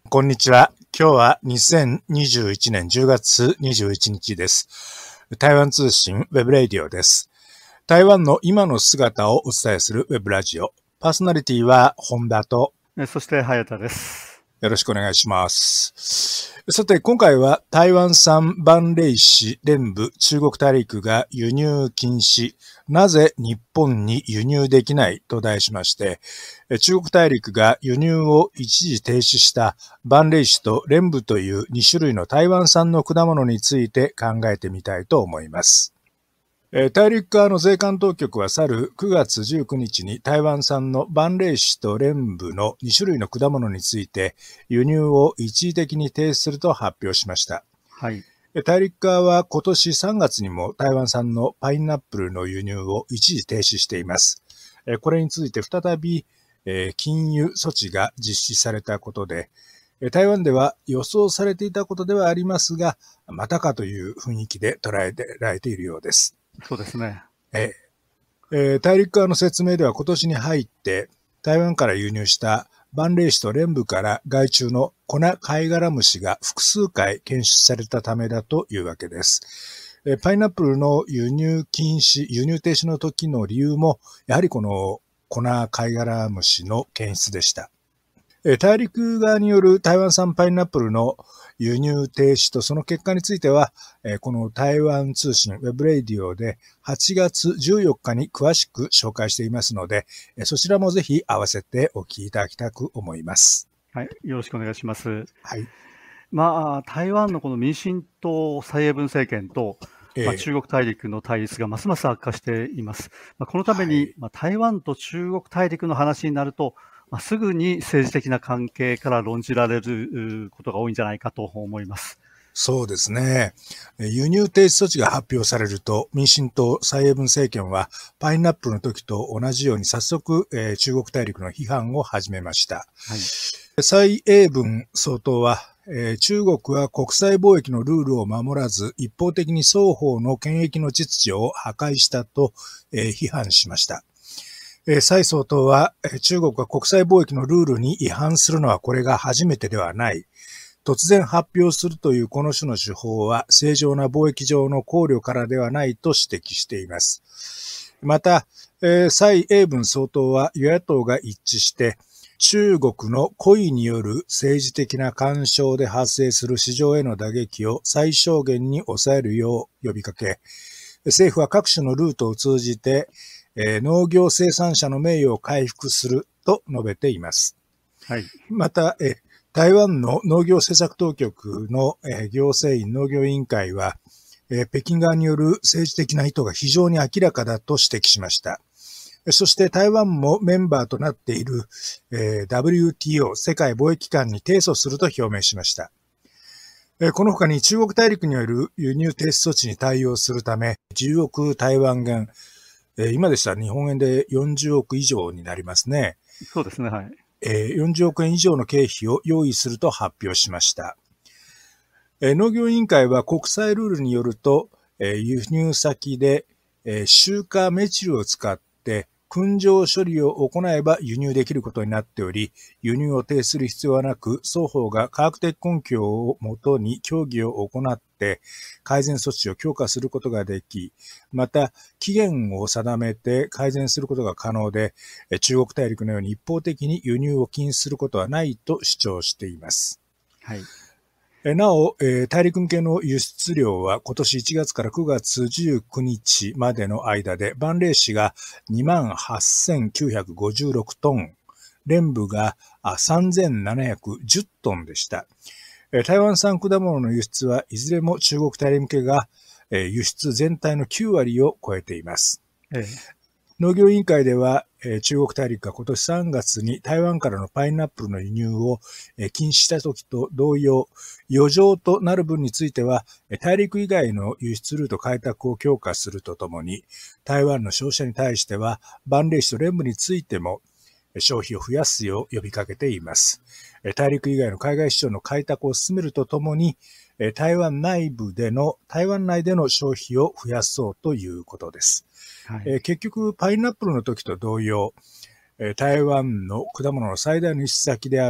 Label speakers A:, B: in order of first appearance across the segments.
A: こんにちは。今日は2021年10月21日です。台湾通信ウェブレディオです。台湾の今の姿をお伝えするウェブラジオ。パーソナリティは本田と、
B: そして早田です。
A: よろしくお願いします。さて、今回は台湾産万霊紙連部中国大陸が輸入禁止、なぜ日本に輸入できないと題しまして、中国大陸が輸入を一時停止した万霊紙と連部という2種類の台湾産の果物について考えてみたいと思います。大陸側の税関当局は去る9月19日に台湾産の万霊紙と連部の2種類の果物について輸入を一時的に停止すると発表しました。
B: はい。
A: 大陸側は今年3月にも台湾産のパイナップルの輸入を一時停止しています。これについて再び禁輸措置が実施されたことで、台湾では予想されていたことではありますが、またかという雰囲気で捉えられているようです。
B: そうですね。
A: 大陸側の説明では今年に入って台湾から輸入した万霊紙と連部から害虫のコナカイガラムシが複数回検出されたためだというわけです。パイナップルの輸入禁止、輸入停止の時の理由もやはりこのコナカイガラムシの検出でした。大陸側による台湾産パイナップルの輸入停止とその結果については、この台湾通信ウェブレディオで8月14日に詳しく紹介していますので、そちらもぜひ合わせてお聞きいただきたく思います。
B: はい。よろしくお願いします。
A: はい。
B: 台湾のこの民進党蔡英文政権と、中国大陸の対立がますます悪化しています。このために、台湾と中国大陸の話になると、すぐに政治的な関係から論じられることが多いんじゃないかと思います。
A: そうですね。輸入停止措置が発表されると、民進党蔡英文政権はパイナップルの時と同じように早速、中国大陸の批判を始めました。はい、蔡英文総統は、中国は国際貿易のルールを守らず、一方的に双方の権益の秩序を破壊したと、批判しました。蔡総統は、中国が国際貿易のルールに違反するのはこれが初めてではない。突然発表するというこの種の手法は正常な貿易上の考慮からではないと指摘しています。また、蔡英文総統は与野党が一致して中国の故意による政治的な干渉で発生する市場への打撃を最小限に抑えるよう呼びかけ、政府は各種のルートを通じて農業生産者の名誉を回復すると述べています。はい。また、台湾の農業政策当局の行政院農業委員会は、北京側による政治的な意図が非常に明らかだと指摘しました。そして台湾もメンバーとなっている WTO 世界貿易機関に提訴すると表明しました。この他に中国大陸による輸入停止措置に対応するため10億台湾元、今でしたら日本円で40億以上になりますね。
B: そうですね、はい。
A: 40億円以上の経費を用意すると発表しました。農業委員会は国際ルールによると、輸入先で集荷メチルを使って燻蒸処理を行えば輸入できることになっており、輸入を停止する必要はなく、双方が科学的根拠をもとに協議を行って改善措置を強化することができ、また期限を定めて改善することが可能で、中国大陸のように一方的に輸入を禁止することはないと主張しています。はい。なお、大陸向けの輸出量は今年1月から9月19日までの間で、万霊紙が 28,956 トン、連部が 3,710 トンでした。台湾産果物の輸出はいずれも中国大陸向けが輸出全体の9割を超えています。農業委員会では、中国大陸が今年3月に台湾からのパイナップルの輸入を禁止した時と同様、余剰となる分については、大陸以外の輸出ルート開拓を強化するとともに、台湾の消費者に対しては、万霊紙と連部についても消費を増やすよう呼びかけています。大陸以外の海外市場の開拓を進めるとともに、台湾内での消費を増やそうということです。はい、結局、パイナップルの時と同様、台湾の果物の最大の輸出先である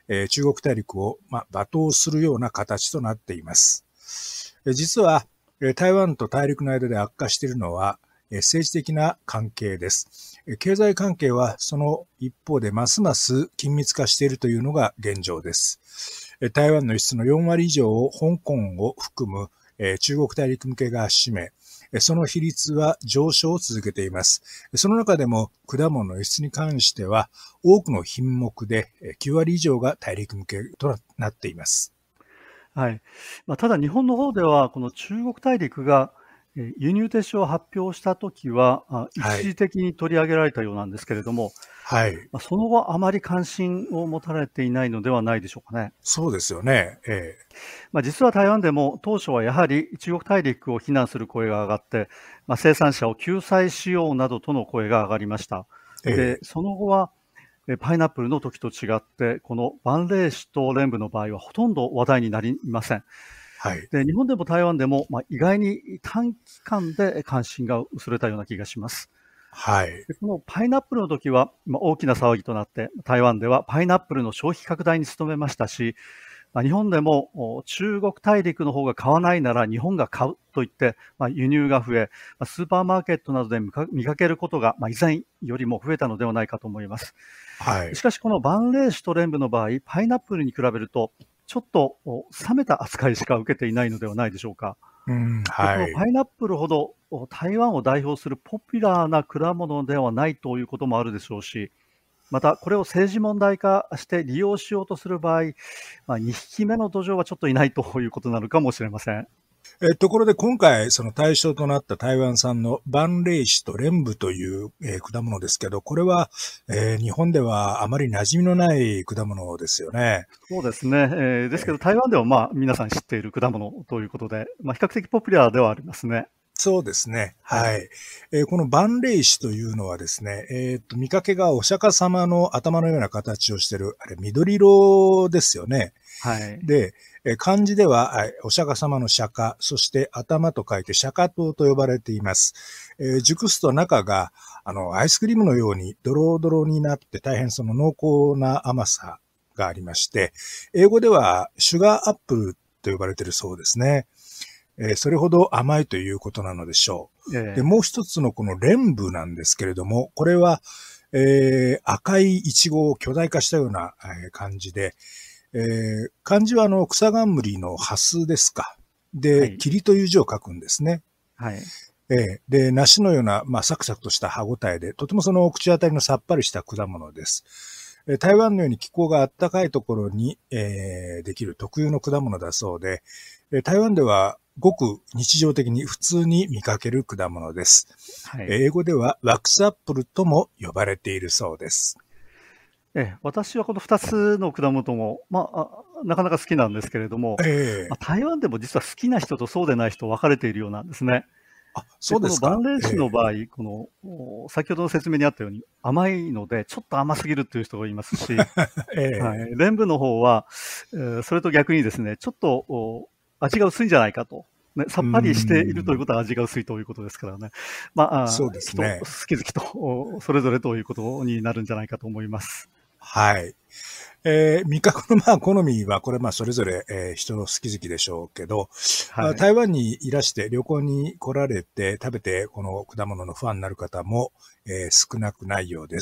A: 中国大陸を、罵倒するような形となっています。実は、台湾と大陸の間で悪化しているのは、政治的な関係です。経済関係はその一方でますます緊密化しているというのが現状です。台湾の輸出の4割以上を香港を含む中国大陸向けが占め、その比率は上昇を続けています。その中でも果物の輸出に関しては多くの品目で9割以上が大陸向けとなっています。
B: はい。ただ日本の方では、この中国大陸が輸入停止を発表したときは、一時的に取り上げられたようなんですけれども、
A: はい。
B: その後あまり関心を持たれていないのではないでしょうかね。
A: そうですよね。
B: 実は台湾でも当初はやはり中国大陸を非難する声が上がって、生産者を救済しようなどとの声が上がりました。で、その後はパイナップルの時と違って、この万霊酒と蓮部の場合はほとんど話題になりません。
A: はい。
B: で、日本でも台湾でも、意外に短期間で関心が薄れたような気がします。
A: はい。
B: でこのパイナップルの時は、大きな騒ぎとなって、台湾ではパイナップルの消費拡大に努めましたし、日本でも中国大陸の方が買わないなら日本が買うといって、輸入が増え、スーパーマーケットなどで見かけることが、以前よりも増えたのではないかと思います。
A: はい。
B: しかし、この万霊酒と蓮部の場合、パイナップルに比べると、ちょっと冷めた扱いしか受けていないのではないでしょうか。このパイナップルほど台湾を代表するポピュラーな果物ではないということもあるでしょうし、またこれを政治問題化して利用しようとする場合、2匹目の土壌はちょっといないということなのかもしれません。
A: ところで今回その対象となった台湾産の万霊酒と蓮部という、果物ですけど、これは、日本ではあまり馴染みのない果物ですよね。
B: そうですね。ですけど台湾では皆さん知っている果物ということで、比較的ポピュラーではありますね。
A: そうですね。はい。この万霊酒というのはですね、見かけがお釈迦様の頭のような形をしている、あれ緑色ですよね。
B: はい。
A: で、漢字では、お釈迦様の釈迦、そして頭と書いて釈迦頭と呼ばれています。熟すと中が、アイスクリームのようにドロドロになって大変その濃厚な甘さがありまして、英語ではシュガーアップルと呼ばれているそうですね。それほど甘いということなのでしょう。で、もう一つのこの蓮部なんですけれども、これは、赤いイチゴを巨大化したような感じで、漢字は草冠のハスですか。で、霧という字を書くんですね。
B: はい。
A: で、梨のような、サクサクとした歯ごたえで、とてもその口当たりのさっぱりした果物です。台湾のように気候が暖かいところに、できる特有の果物だそうで、台湾ではごく日常的に普通に見かける果物です。はい、英語ではワックスアップルとも呼ばれているそうです。
B: 私はこの2つの果物も、なかなか好きなんですけれども、台湾でも実は好きな人とそうでない人分かれているようなんですね。
A: そうですか。
B: この万霊酒の場合、この先ほどの説明にあったように甘いのでちょっと甘すぎるという人がいますし、蓮部の方は、それと逆にですね、ちょっと味が薄いんじゃないかと。ね、さっぱりしているということは味が薄いということですからね。
A: そうですね。
B: 好き好きと、それぞれということになるんじゃないかと思います。
A: はい。味覚の好みはこれそれぞれ、人の好き好きでしょうけど、台湾にいらして旅行に来られて食べてこの果物のファンになる方も、少なくないようです。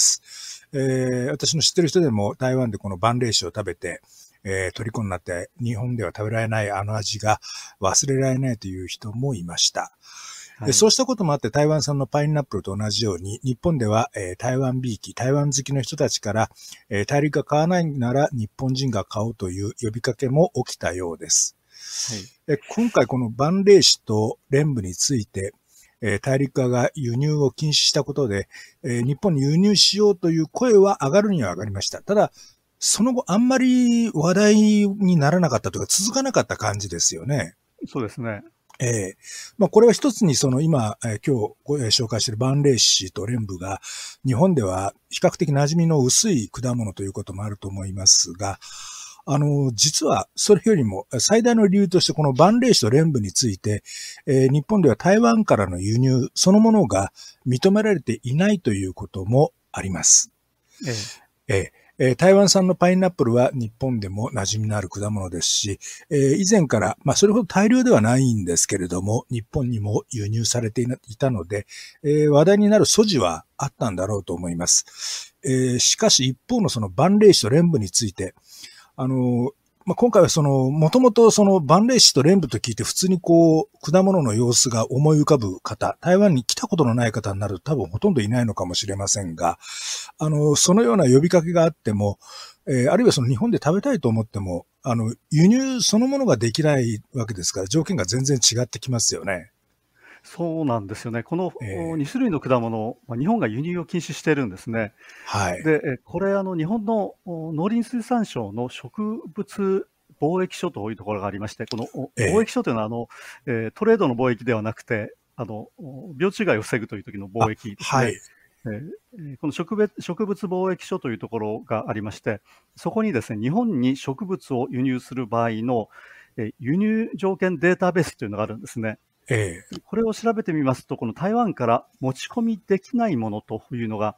A: 私の知ってる人でも台湾でこの万霊酒を食べて、虜になって日本では食べられないあの味が忘れられないという人もいました。そうしたこともあって台湾産のパイナップルと同じように日本では、台湾びいき、台湾好きの人たちから、大陸が買わないなら日本人が買おうという呼びかけも起きたようです。今回この万霊酒と蓮部について、大陸側が輸入を禁止したことで、日本に輸入しようという声は上がるには上がりました。ただ、その後あんまり話題にならなかったというか続かなかった感じですよね。
B: そうですね。
A: これは一つに今日ご紹介している万霊酒と蓮部が日本では比較的馴染みの薄い果物ということもあると思いますが、実はそれよりも最大の理由としてこの万霊酒と蓮部について、日本では台湾からの輸入そのものが認められていないということもあります。 台湾産のパイナップルは日本でも馴染みのある果物ですし、以前から、それほど大量ではないんですけれども、日本にも輸入されていたので、話題になる素地はあったんだろうと思います。しかし一方のその万霊酒と蓮武について、今回はもともと万霊酒と蓮武と聞いて普通に果物の様子が思い浮かぶ方、台湾に来たことのない方になると多分ほとんどいないのかもしれませんが、そのような呼びかけがあっても、あるいは日本で食べたいと思っても、輸入そのものができないわけですから、条件が全然違ってきますよね。
B: そうなんですよね。この2種類の果物、日本が輸入を禁止しているんですね。
A: はい。
B: で、これ日本の農林水産省の植物貿易所というところがありまして、この貿易所というのはトレードの貿易ではなくて、病虫害を防ぐという時の貿易ですね。はい。この植物貿易所というところがありまして、そこにですね、日本に植物を輸入する場合の輸入条件データベースというのがあるんですね。これを調べてみますと、この台湾から持ち込みできないものというのが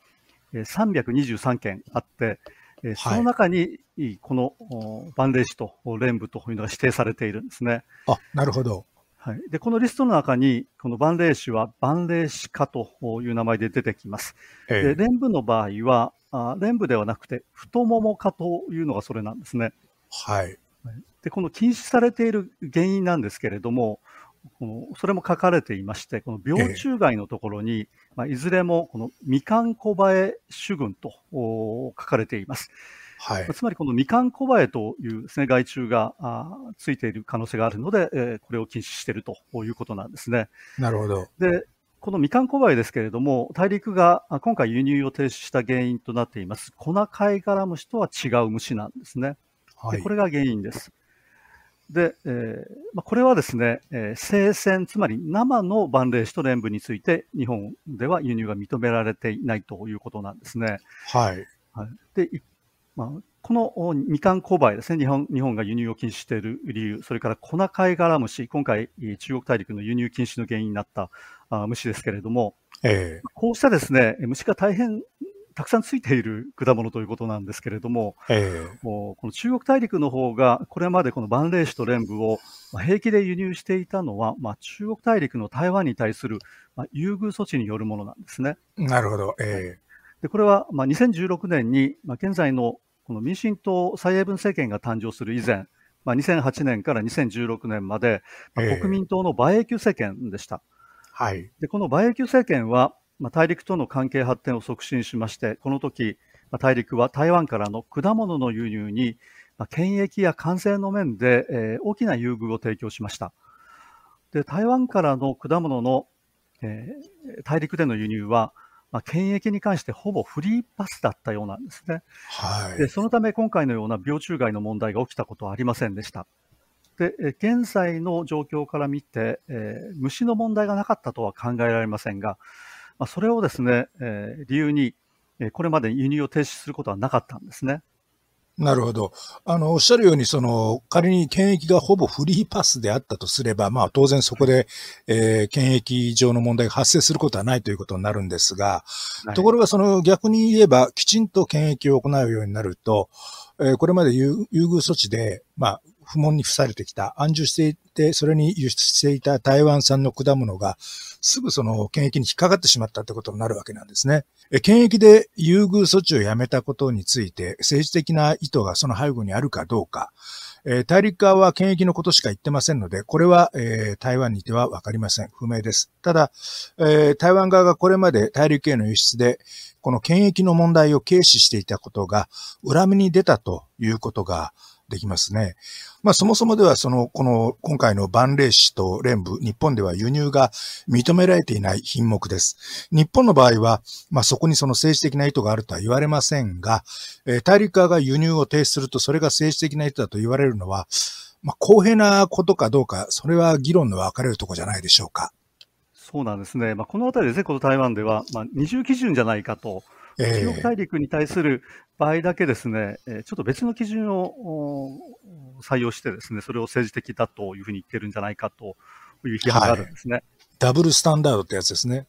B: 323件あって、その中にこの万霊酒と蓮武というのが指定されているんですね。
A: なるほど。
B: はい。で、このリストの中に、この万霊酒は万霊酒科という名前で出てきます。で、蓮武の場合は、蓮武ではなくて、太もも科というのがそれなんですね。
A: はい。
B: で、この禁止されている原因なんですけれども、それも書かれていまして、この病虫害のところに、いずれもこのみかんコバエ種群と書かれています。はい、つまりこのみかんコバエというですね、害虫がついている可能性があるので、これを禁止しているということなんですね。
A: なるほど。
B: で、このみかんコバエですけれども、大陸が今回輸入を停止した原因となっています、コナカイガラムシとは違う虫なんですね。はい、でこれが原因です。で、これはですね、生鮮、つまり生の万霊酒と蓮武について、日本では輸入が認められていないということなんですね。
A: はい。
B: はい、で、このみかんコバエですね、日本が輸入を禁止している理由、それからコナカイガラムシ、今回、中国大陸の輸入禁止の原因になった虫ですけれども、こうしたですね、虫が大変たくさんついている果物ということなんですけれども、この中国大陸の方がこれまでこの万霊酒と蓮武を平気で輸入していたのは、中国大陸の台湾に対する優遇措置によるものなんですね。
A: なるほど。
B: でこれは2016年に現在のこの民進党蔡英文政権が誕生する以前、2008年から2016年まで、国民党の馬英九政権でした。
A: はい。
B: でこの馬英九政権は大陸との関係発展を促進しまして、この時大陸は台湾からの果物の輸入に検疫や関税の面で大きな優遇を提供しました。で台湾からの果物の大陸での輸入は検疫に関してほぼフリーパスだったようなんですね。
A: はい。
B: でそのため今回のような病虫害の問題が起きたことはありませんでした。で現在の状況から見て、虫の問題がなかったとは考えられませんが、それをですね、理由に、これまで輸入を停止することはなかったんですね。
A: なるほど。おっしゃるように、仮に検疫がほぼフリーパスであったとすれば、当然そこで、検疫上の問題が発生することはないということになるんですが、ところが逆に言えば、きちんと検疫を行うようになると、これまで優遇措置で、不問に付されてきた、安住していて、それに輸出していた台湾産の果物が、すぐ検疫に引っかかってしまったということになるわけなんですね。検疫で優遇措置をやめたことについて、政治的な意図がその背後にあるかどうか、大陸側は検疫のことしか言ってませんので、これは、台湾にいてはわかりません。不明です。ただ、台湾側がこれまで大陸への輸出で、この検疫の問題を軽視していたことが、裏目に出たということができますね。そもそもでは今回の万霊酒と蓮武、日本では輸入が認められていない品目です。日本の場合は、そこに政治的な意図があるとは言われませんが、大陸側が輸入を停止するとそれが政治的な意図だと言われるのは、公平なことかどうか、それは議論の分かれるところじゃないでしょうか。
B: そうなんですね。このあたりですね、この台湾では、二重基準じゃないかと。中国大陸に対する場合だけですね、ちょっと別の基準を採用してですね、それを政治的だというふうに言ってるんじゃないかという批判があるんですね。
A: ダブルスタンダードってやつですね。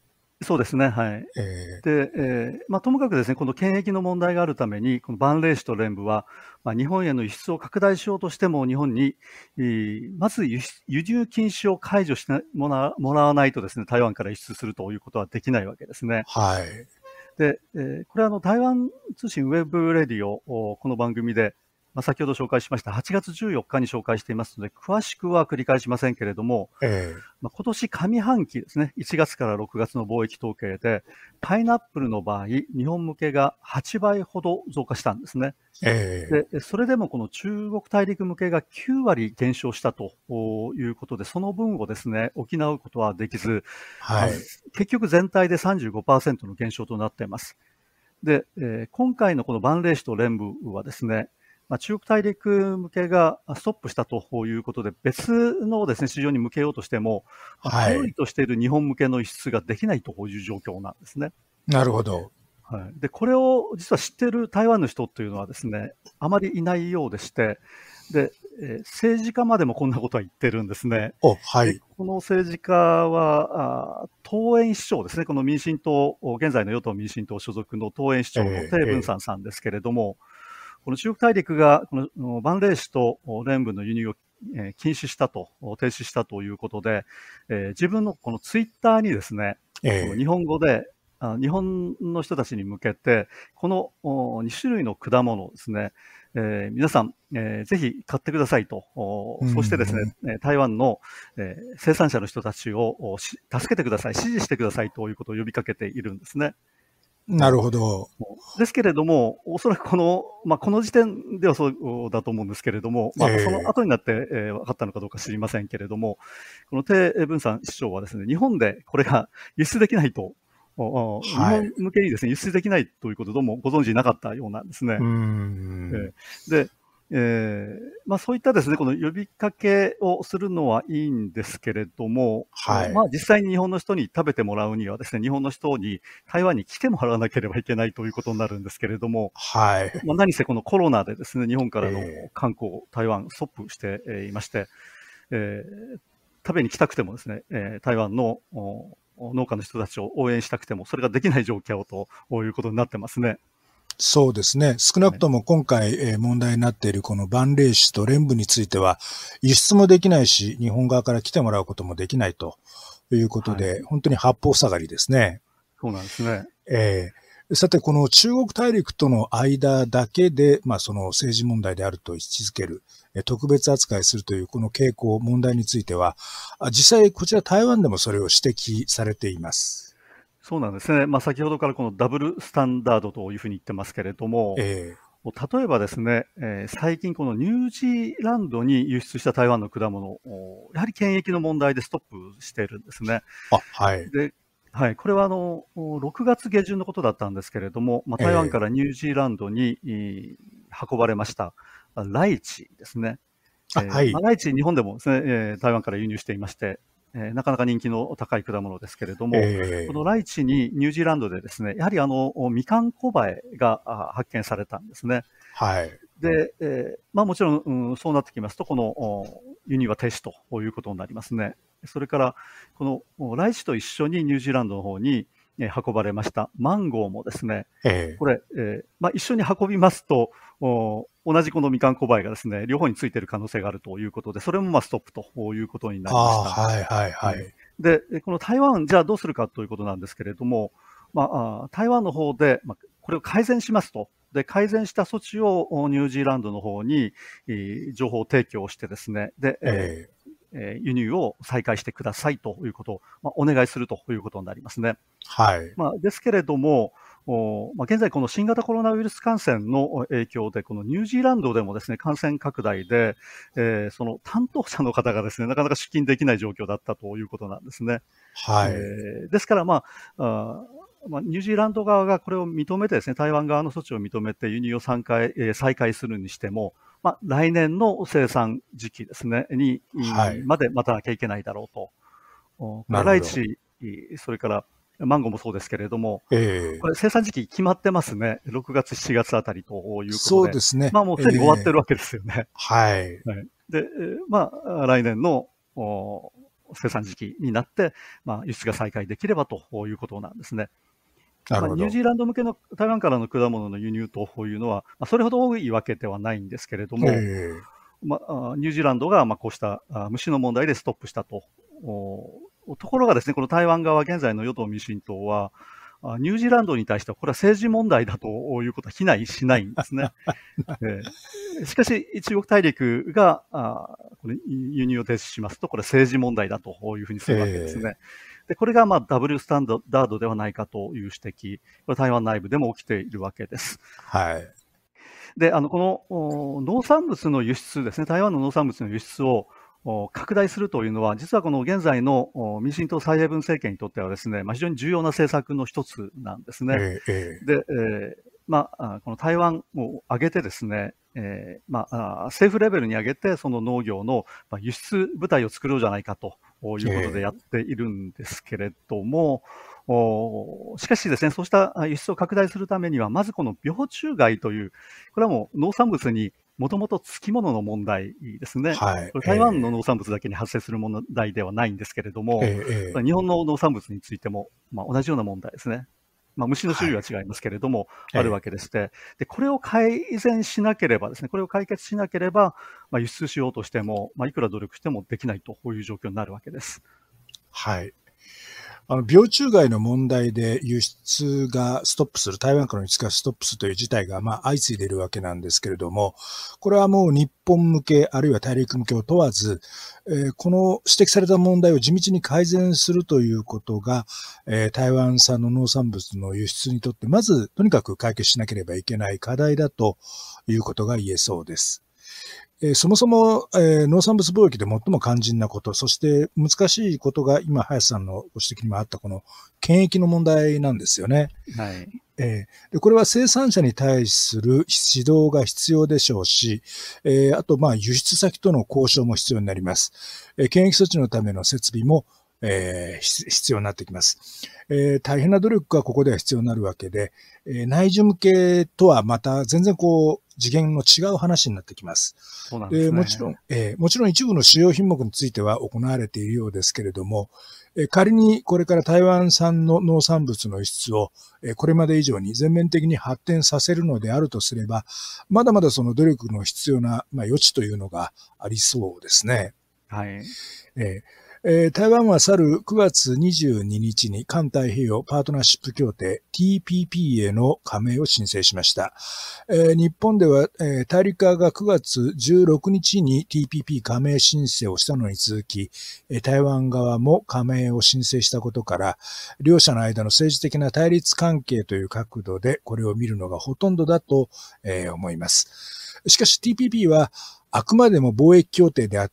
B: そうですね、はい。で、ともかくですね、この権益の問題があるために、このバンレイシュと連部は、日本への輸出を拡大しようとしても、日本に、まず輸入禁止を解除してもらわないとですね、台湾から輸出するということはできないわけですね。
A: はい。
B: で、これは台湾通信ウェブレディオ、この番組で、先ほど紹介しました8月14日に紹介していますので、詳しくは繰り返しませんけれども、今年上半期ですね、1月から6月の貿易統計で、パイナップルの場合、日本向けが8倍ほど増加したんですね。で、それでもこの中国大陸向けが9割減少したということで、その分をですね、補うことはできず、
A: はい。
B: 結局全体で 35% の減少となっています。で、今回のこのバンレイシュと連部はですね、中国大陸向けがストップしたということで、別のですね、市場に向けようとしても、頼りとしている日本向けの輸出ができないという状況なんですね。
A: なるほど。
B: はい。で、これを実は知っている台湾の人というのはですね、あまりいないようでして、で、政治家までもこんなことは言ってるんですね。
A: はい。
B: でこの政治家は、桃園市長ですね、この民進党、現在の与党民進党所属の桃園市長の鄭文山さんですけれども、この中国大陸がこのバンレイシュと連部の輸入を禁止したと、停止したということで、自分のこのツイッターにですね、この日本語で、日本の人たちに向けて、この2種類の果物をですね、皆さん、ぜひ買ってくださいと、そしてですね、台湾の、生産者の人たちを助けてください、支持してくださいということを呼びかけているんですね。
A: なるほど。
B: ですけれども、おそらくこの時点ではそうだと思うんですけれども、その後になって、分かったのかどうか知りませんけれども、この鄭文山市長はですね、日本でこれが輸出できないと、日本向けにですね、輸出できないということをどうもご存知なかったようなんですね。で、そういったですね、この呼びかけをするのはいいんですけれども、実際に日本の人に食べてもらうにはですね、日本の人に台湾に来てもらわなければいけないということになるんですけれども、何せこのコロナでですね、日本からの観光、台湾ストップしていまして、食べに来たくてもですね、台湾の農家の人たちを応援したくても、それができない状況ということになってますね。
A: そうですね。少なくとも今回問題になっているこのバンレイシュと連部については、輸出もできないし、日本側から来てもらうこともできないということで、本当に八方塞がりですね。
B: そうなんですね。
A: さて、この中国大陸との間だけで、その政治問題であると位置づける、特別扱いするというこの傾向、問題については、実際こちら台湾でもそれを指摘されています。
B: そうなんですね。先ほどからこのダブルスタンダードというふうに言ってますけれども、例えばですね、最近このニュージーランドに輸出した台湾の果物、やはり検疫の問題でストップしているんですね。で、これは6月下旬のことだったんですけれども、台湾からニュージーランドに運ばれましたライチですね。ライチ、日本でもですね、台湾から輸入していまして、なかなか人気の高い果物ですけれども、このライチにニュージーランドでですね、やはりみかんコバエが発見されたんですね。で、もちろん、そうなってきますと、この輸入は停止ということになりますね。それから、このライチと一緒にニュージーランドの方に運ばれましたマンゴーもですね、これ、一緒に運びますと、同じこのみかんコバエがですね、両方についている可能性があるということで、それもストップということになりました。で、この台湾、じゃあどうするかということなんですけれども、台湾の方で、これを改善しますと。で、改善した措置をニュージーランドの方に情報提供してですね、で、輸入を再開してくださいということを、お願いするということになりますね。ですけれども、現在この新型コロナウイルス感染の影響で、このニュージーランドでもですね、感染拡大で、その担当者の方がですね、なかなか出勤できない状況だったということなんですね。ですから、ニュージーランド側がこれを認めてですね、台湾側の措置を認めて輸入を再開するにしても、来年の生産時期ですね、まで待たなきゃいけないだろうと。ライチ、それからマンゴーもそうですけれども、これ生産時期決まってますね。6月、7月あたりということで。
A: そうですね。
B: もうすでに終わってるわけですよね。
A: はい。
B: で、来年の生産時期になって、輸出が再開できればということなんですね。ニュージーランド向けの台湾からの果物の輸入というのは、それほど多いわけではないんですけれども、ニュージーランドがこうした虫の問題でストップしたと。ところがですね、この台湾側、現在の与党・民進党は、ニュージーランドに対しては、これは政治問題だということは非難しないんですね。しかし、中国大陸がこれ輸入を停止しますと、これは政治問題だというふうにするわけですね。でこれがダブルスタンダードではないかという指摘、これ台湾内部でも起きているわけです。
A: はい。
B: で、この農産物の輸出ですね、台湾の農産物の輸出を拡大するというのは、実はこの現在の民進党蔡英文政権にとってはですね、非常に重要な政策の一つなんですね。で、この台湾を挙げてですね、政府レベルに上げて、その農業の輸出部隊を作ろうじゃないかということでやっているんですけれども、しかしですね、そうした輸出を拡大するためには、まずこの病虫害という、これはもう農産物にもともとつきものの問題ですね。これ台湾の農産物だけに発生する問題ではないんですけれども、日本の農産物についても、同じような問題ですね。虫の種類は違いますけれども、あるわけでして、で、これを改善しなければですね、これを解決しなければ、輸出しようとしても、いくら努力してもできないという状況になるわけです。
A: はい。病虫害の問題で輸出がストップする、台湾からの輸出がストップするという事態が相次いでいるわけなんですけれども、これはもう日本向け、あるいは大陸向けを問わず、この指摘された問題を地道に改善するということが、台湾産の農産物の輸出にとって、まずとにかく解決しなければいけない課題だということが言えそうです。そもそも、農産物貿易で最も肝心なこと、そして難しいことが今、林さんのご指摘にもあったこの検疫の問題なんですよね。
B: はい。
A: でこれは生産者に対する指導が必要でしょうし、あと輸出先との交渉も必要になります。検疫措置のための設備も必要になってきます。大変な努力がここでは必要になるわけで、内需向けとはまた全然次元の違う話になってきます。
B: そうなんですね。
A: もちろん一部の主要品目については行われているようですけれども、仮にこれから台湾産の農産物の輸出をこれまで以上に全面的に発展させるのであるとすれば、まだまだその努力の必要な余地というのがありそうですね。
B: はい。
A: 台湾は去る9月22日に環太平洋パートナーシップ協定 TPP への加盟を申請しました。日本では、大陸側が9月16日に TPP 加盟申請をしたのに続き、台湾側も加盟を申請したことから、両者の間の政治的な対立関係という角度でこれを見るのがほとんどだと、思います。しかし TPP はあくまでも貿易協定であって、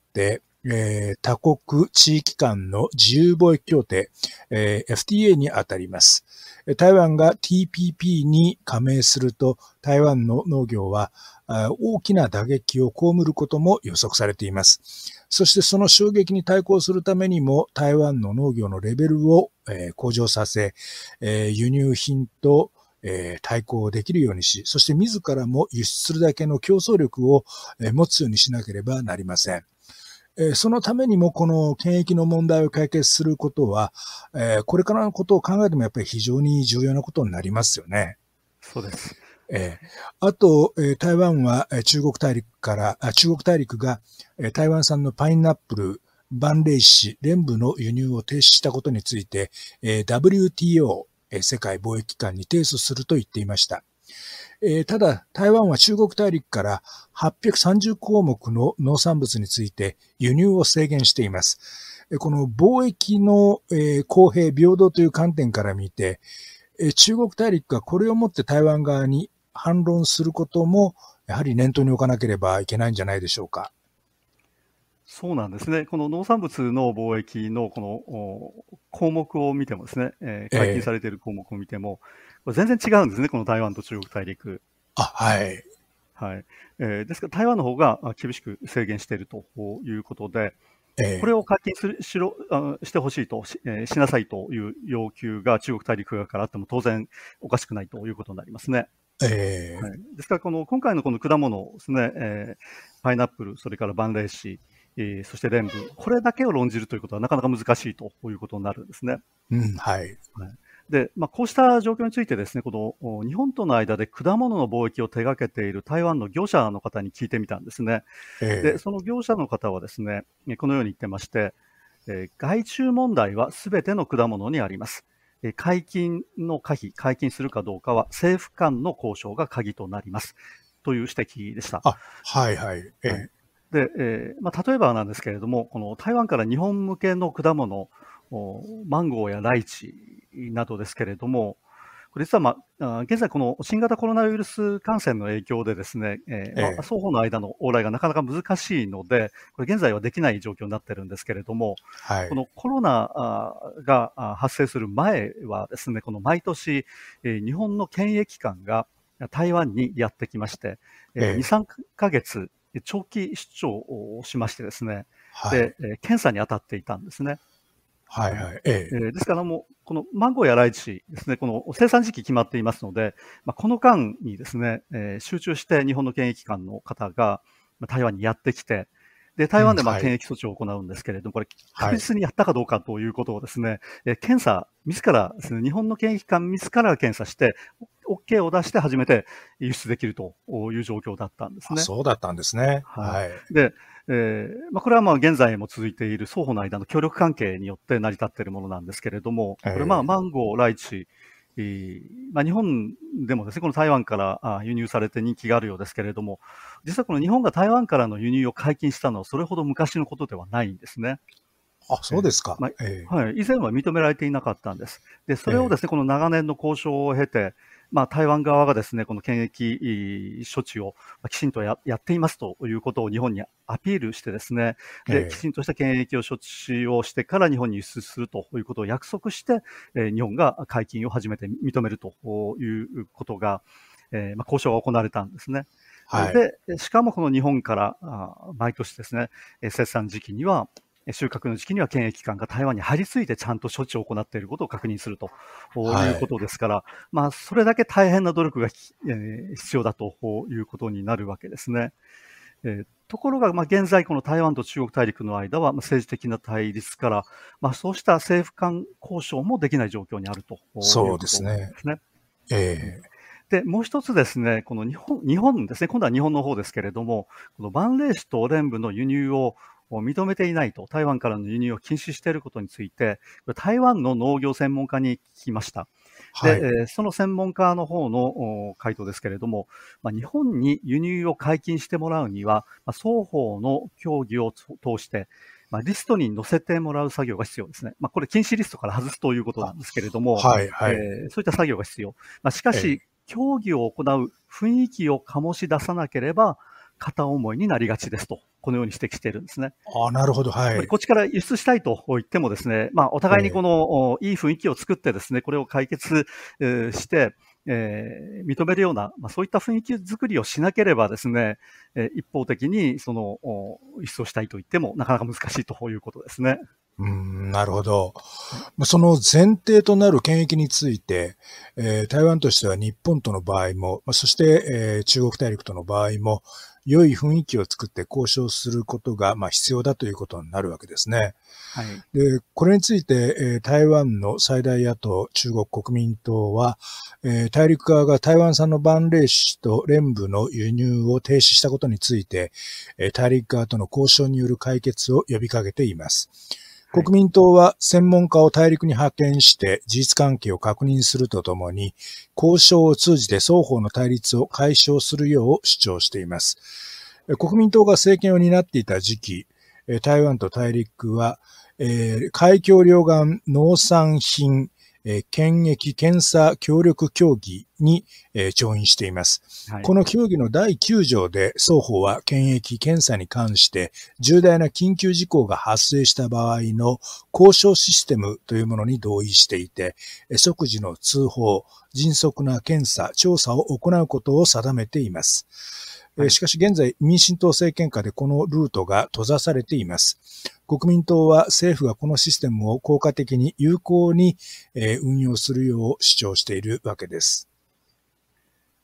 A: 多国地域間の自由貿易協定、FTA にあたります。台湾が TPP に加盟すると、台湾の農業は大きな打撃を被ることも予測されています。そしてその衝撃に対抗するためにも、台湾の農業のレベルを向上させ、輸入品と対抗できるようにし、そして自らも輸出するだけの競争力を持つようにしなければなりません。そのためにもこの検疫の問題を解決することは、これからのことを考えてもやっぱり非常に重要なことになりますよね。
B: そうです。
A: あと、台湾は中国大陸が台湾産のパイナップル、万霊子、蓮部の輸入を停止したことについて、WTO、世界貿易機関に提訴すると言っていました。ただ、台湾は中国大陸から830項目の農産物について輸入を制限しています。この貿易の公平平等という観点から見て、中国大陸がこれをもって台湾側に反論することもやはり念頭に置かなければいけないんじゃないでしょうか。
B: そうなんですね。この農産物の貿易のこの項目を見てもですね、解禁されている項目を見ても、これ全然違うんですね、この台湾と中国大陸。
A: はい。
B: はい。ですから台湾の方が厳しく制限しているということで、これを解禁してほしいとしなさいという要求が中国大陸側からあっても当然おかしくないということになりますね。はい、ですから今回のこの果物ですね、パイナップル、それから万霊子、 そして連部、これだけを論じるということはなかなか難しいということになるんですね。
A: はい。
B: で、こうした状況についてですね、この日本との間で果物の貿易を手掛けている台湾の業者の方に聞いてみたんですね。で、その業者の方はですね、このように言ってまして、害虫問題はすべての果物にあります。解禁の可否、解禁するかどうかは政府間の交渉が鍵となります。という指摘でした。
A: はい。
B: で、例えばなんですけれども、この台湾から日本向けの果物、マンゴーやライチなどですけれども、これ実は、現在この新型コロナウイルス感染の影響でですね、双方の間の往来がなかなか難しいので、これ現在はできない状況になってるんですけれども、このコロナが発生する前はですね、この毎年、日本の検疫官が台湾にやってきまして、2、3ヶ月長期出張をしましてですね、で、検査に当たっていたんですね。ですからもう、このマンゴーやライチですね、この生産時期決まっていますので、この間にですね、集中して日本の検疫官の方が台湾にやってきて、で、台湾で検疫措置を行うんですけれども、これ確実にやったかどうかということをですね、検査、自らですね、日本の検疫官自ら検査して、OK を出して初めて輸出できるという状況だったんですね。
A: そうだったんですね。
B: で、これは現在も続いている双方の間の協力関係によって成り立っているものなんですけれども、これマンゴー、ライチ、日本でもですね、この台湾から輸入されて人気があるようですけれども、実はこの日本が台湾からの輸入を解禁したのはそれほど昔のことではないんですね。
A: そうですか。
B: 以前は認められていなかったんです。で、それをですね、この長年の交渉を経て、台湾側がですね、この検疫処置をきちんとやっていますということを日本にアピールしてですね、で、きちんとした検疫処置をしてから日本に輸出するということを約束して、日本が解禁を初めて認めるということが、交渉が行われたんですね。で、しかもこの日本から毎年ですね、生産時期には、収穫の時期には検疫官が台湾に張り付いてちゃんと処置を行っていることを確認するということですから、それだけ大変な努力が必要だということになるわけですね。ところが、現在この台湾と中国大陸の間は政治的な対立から、そうした政府間交渉もできない状況にあるということですね。で、もう一つですね、この日本ですね、今度は日本の方ですけれども、この万霊酒と連部の輸入を認めていないと、台湾からの輸入を禁止していることについて、台湾の農業専門家に聞きました。で、その専門家の方の回答ですけれども、日本に輸入を解禁してもらうには、双方の協議を通して、リストに載せてもらう作業が必要ですね。これ禁止リストから外すということなんですけれども、そういった作業が必要。しかし、協議を行う雰囲気を醸し出さなければ、片思いになりがちですと、このように指摘しているんですね。
A: なるほど。
B: こっちから輸出したいと言ってもですね、お互いにこの、いい雰囲気を作ってですね、これを解決して、認めるような、そういった雰囲気作りをしなければですね、一方的にその輸出をしたいと言ってもなかなか難しいということですね。
A: なるほど。その前提となる検疫について、台湾としては日本との場合も、そして、中国大陸との場合も、良い雰囲気を作って交渉することが、必要だということになるわけですね。で、これについて、台湾の最大野党、中国国民党は、大陸側が台湾産の万霊酒と連部の輸入を停止したことについて、大陸側との交渉による解決を呼びかけています。国民党は専門家を大陸に派遣して事実関係を確認するとともに、交渉を通じて双方の対立を解消するよう主張しています。国民党が政権を担っていた時期、台湾と大陸は、海峡両岸農産品検疫検査協力協議に調印しています。この協議の第9条で双方は検疫検査に関して重大な緊急事項が発生した場合の交渉システムというものに同意していて、即時の通報、迅速な検査、調査を行うことを定めています。しかし現在民進党政権下でこのルートが閉ざされています。国民党は政府がこのシステムを効果的に有効に運用するよう主張しているわけです。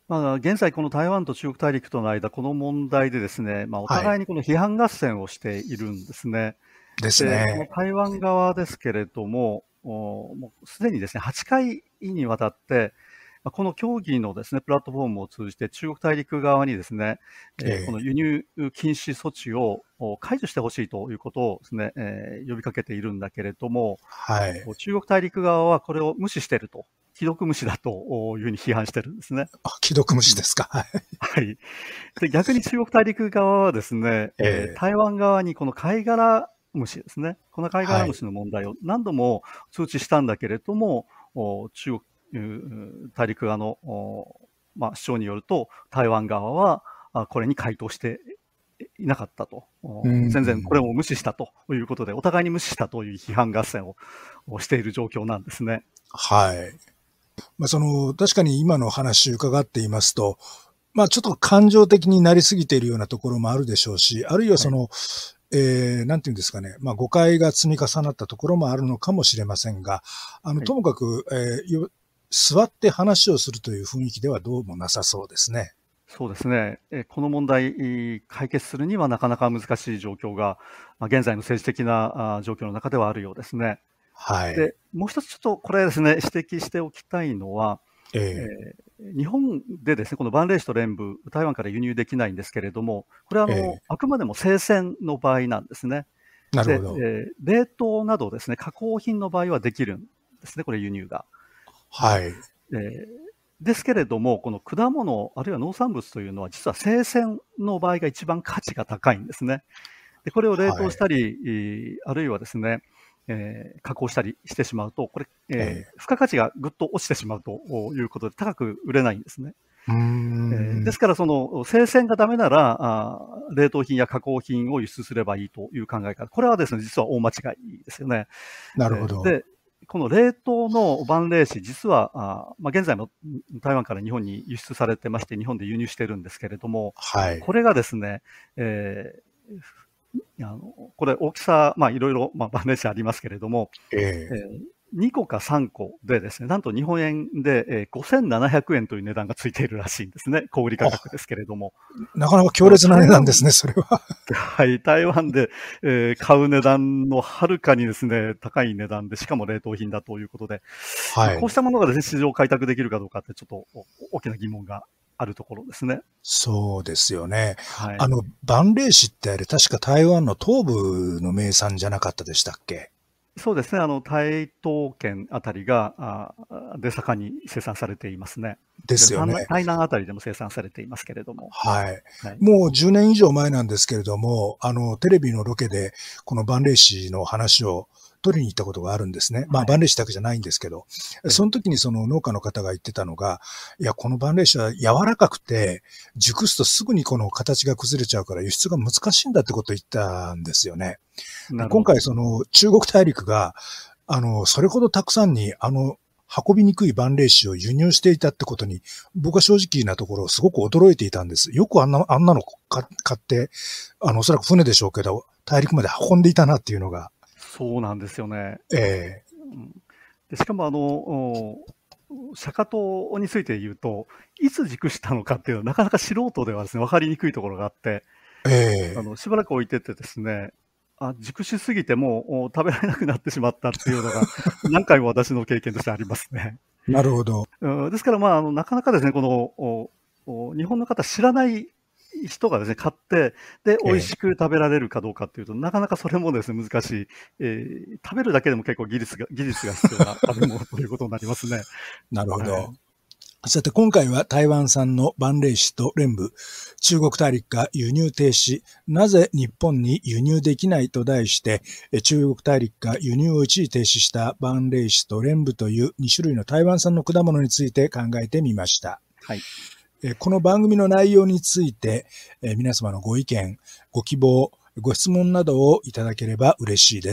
B: 現在この台湾と中国大陸との間、この問題でですね、お
A: はい。
B: 互いにこの批判合戦をしているんですね。
A: です
B: で、この
A: ね。
B: 台湾側ですけれども、もうすでにですね、8回にわたって、この協議のですね、プラットフォームを通じて中国大陸側にですね、この
A: ええ、
B: 輸入禁止措置を解除してほしいということをですね、呼びかけているんだけれども、
A: はい。
B: 中国大陸側はこれを無視していると、既読無視だというふうに批判してるんですね。
A: あ、既読無
B: うん。
A: 視ですか。はい。
B: はい。で、逆に中国大陸側はですね、
A: ええ、
B: 台湾側にこの貝殻虫ですね、この貝殻
A: はい。
B: 虫の問題を何度も通知したんだけれども、中国大陸側の主張によると、台湾側はこれに回答していなかったと、
A: うん。
B: 全然これを無視したということで、お互いに無視したという批判合戦をしている状況なんですね。
A: はい。確かに今の話伺っていますと、ちょっと感情的になりすぎているようなところもあるでしょうし、あるいは
B: はい。
A: なんていうんですかね、誤解が積み重なったところもあるのかもしれませんが、
B: はい。
A: ともかく、座って話をするという雰囲気ではどうもなさそうですね。
B: そうですね。この問題、解決するにはなかなか難しい状況が、現在の政治的な状況の中ではあるようですね。で、
A: はい。
B: もう一つちょっとこれですね、指摘しておきたいのは、え
A: ええ、
B: 日本でですね、この万霊酒と蓮部、台湾から輸入できないんですけれども、これは
A: ええ、
B: あくまでも生鮮の場合なんですね。で、
A: なるほど。
B: 冷凍などですね、加工品の場合はできるんですね、これ輸入が。
A: はい。
B: ですけれども、この果物、あるいは農産物というのは、実は生鮮の場合が一番価値が高いんですね。で、これを冷凍
A: はい。
B: したり、あるいはですね、加工したりしてしまうと、これ、
A: ええ。
B: 付加価値がぐっと落ちてしまうということで、高く売れないんですね。
A: うーん。
B: ですから、その生鮮がダメなら、冷凍品や加工品を輸出すればいいという考え方。これはですね、実は大間違いですよね。
A: なるほど。
B: で、この冷凍の晩冷酒、実は、現在も台湾から日本に輸出されてまして、日本で輸入しているんですけれども、
A: はい。
B: これがですね、えこれ大きさ、いろいろ、晩冷酒ありますけれども、
A: ええ。
B: 2個か3個でですね、なんと日本円で、5700円という値段がついているらしいんですね。小売価格
A: あ、
B: ですけれども。
A: なかなか強烈な
B: 台湾
A: 値段ですね、それは。
B: はい、台湾で、買う値段のはるかにですね、高い値段で、しかも冷凍品だということで、こうし
A: はい。
B: たものがですね、市場を開拓できるかどうかってちょっと大きな疑問があるところですね。
A: そうですよね。
B: はい。
A: 万霊市ってあれ、確か台湾の東部の名産じゃなかったでしたっけ？
B: そうですね、台東県あたりが、で盛んに生産されていますね。で、
A: ですよね。
B: 台南あたりでも生産されていますけれども。
A: はい。
B: はい。
A: もう10年以上前なんですけれども、テレビのロケで、この万霊市の話を取りに行ったことがあるんですね。
B: はい。
A: 万霊市だけじゃないんですけど、
B: え
A: その時にその農家の方が言ってたのが、いや、この万霊市は柔らかくて、熟すとすぐにこの形が崩れちゃうから輸出が難しいんだってことを言ったんですよね。で今回
B: なるほど。
A: その中国大陸が、それほどたくさんに、運びにくい万霊酒を輸入していたってことに、僕は正直なところすごく驚いていたんです。よくあんなの買って、おそらく船でしょうけど、大陸まで運んでいたなっていうのが、
B: そうなんですよね。
A: ええ、
B: うん、でしかも釈迦島について言うと、いつ熟したのかっていうのはなかなか素人ではですね、分かりにくいところがあって、
A: ええ、
B: しばらく置いててですね、熟しすぎてもう食べられなくなってしまったっていうのが、何回も私の経験としてありますね。
A: なるほど。
B: ですから、なかなかですね、この、日本の方知らない人がですね、買って、で、美味し
A: ええ、
B: く食べられるかどうかっていうと、なかなかそれもですね、難しい。食べるだけでも結構技術が必要な食べ物ということになりますね。
A: なるほど。
B: はい。
A: さて、今回は台湾産の万霊酒と蓮部、中国大陸が輸入停止、なぜ日本に輸入できないと題して、中国大陸が輸入を一時停止した万霊酒と蓮部という2種類の台湾産の果物について考えてみました。
B: はい。
A: この番組の内容について、皆様のご意見、ご希望、ご質問などをいただければ嬉しいです。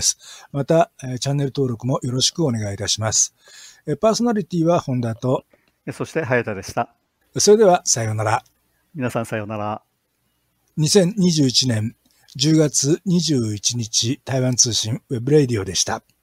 A: また、チャンネル登録もよろしくお願いいたします。パーソナリティは本田と、
B: そして、早田でした。
A: それではさようなら。
B: 皆さんさようなら。
A: 2021年10月21日台湾通信ウェブレディオでした。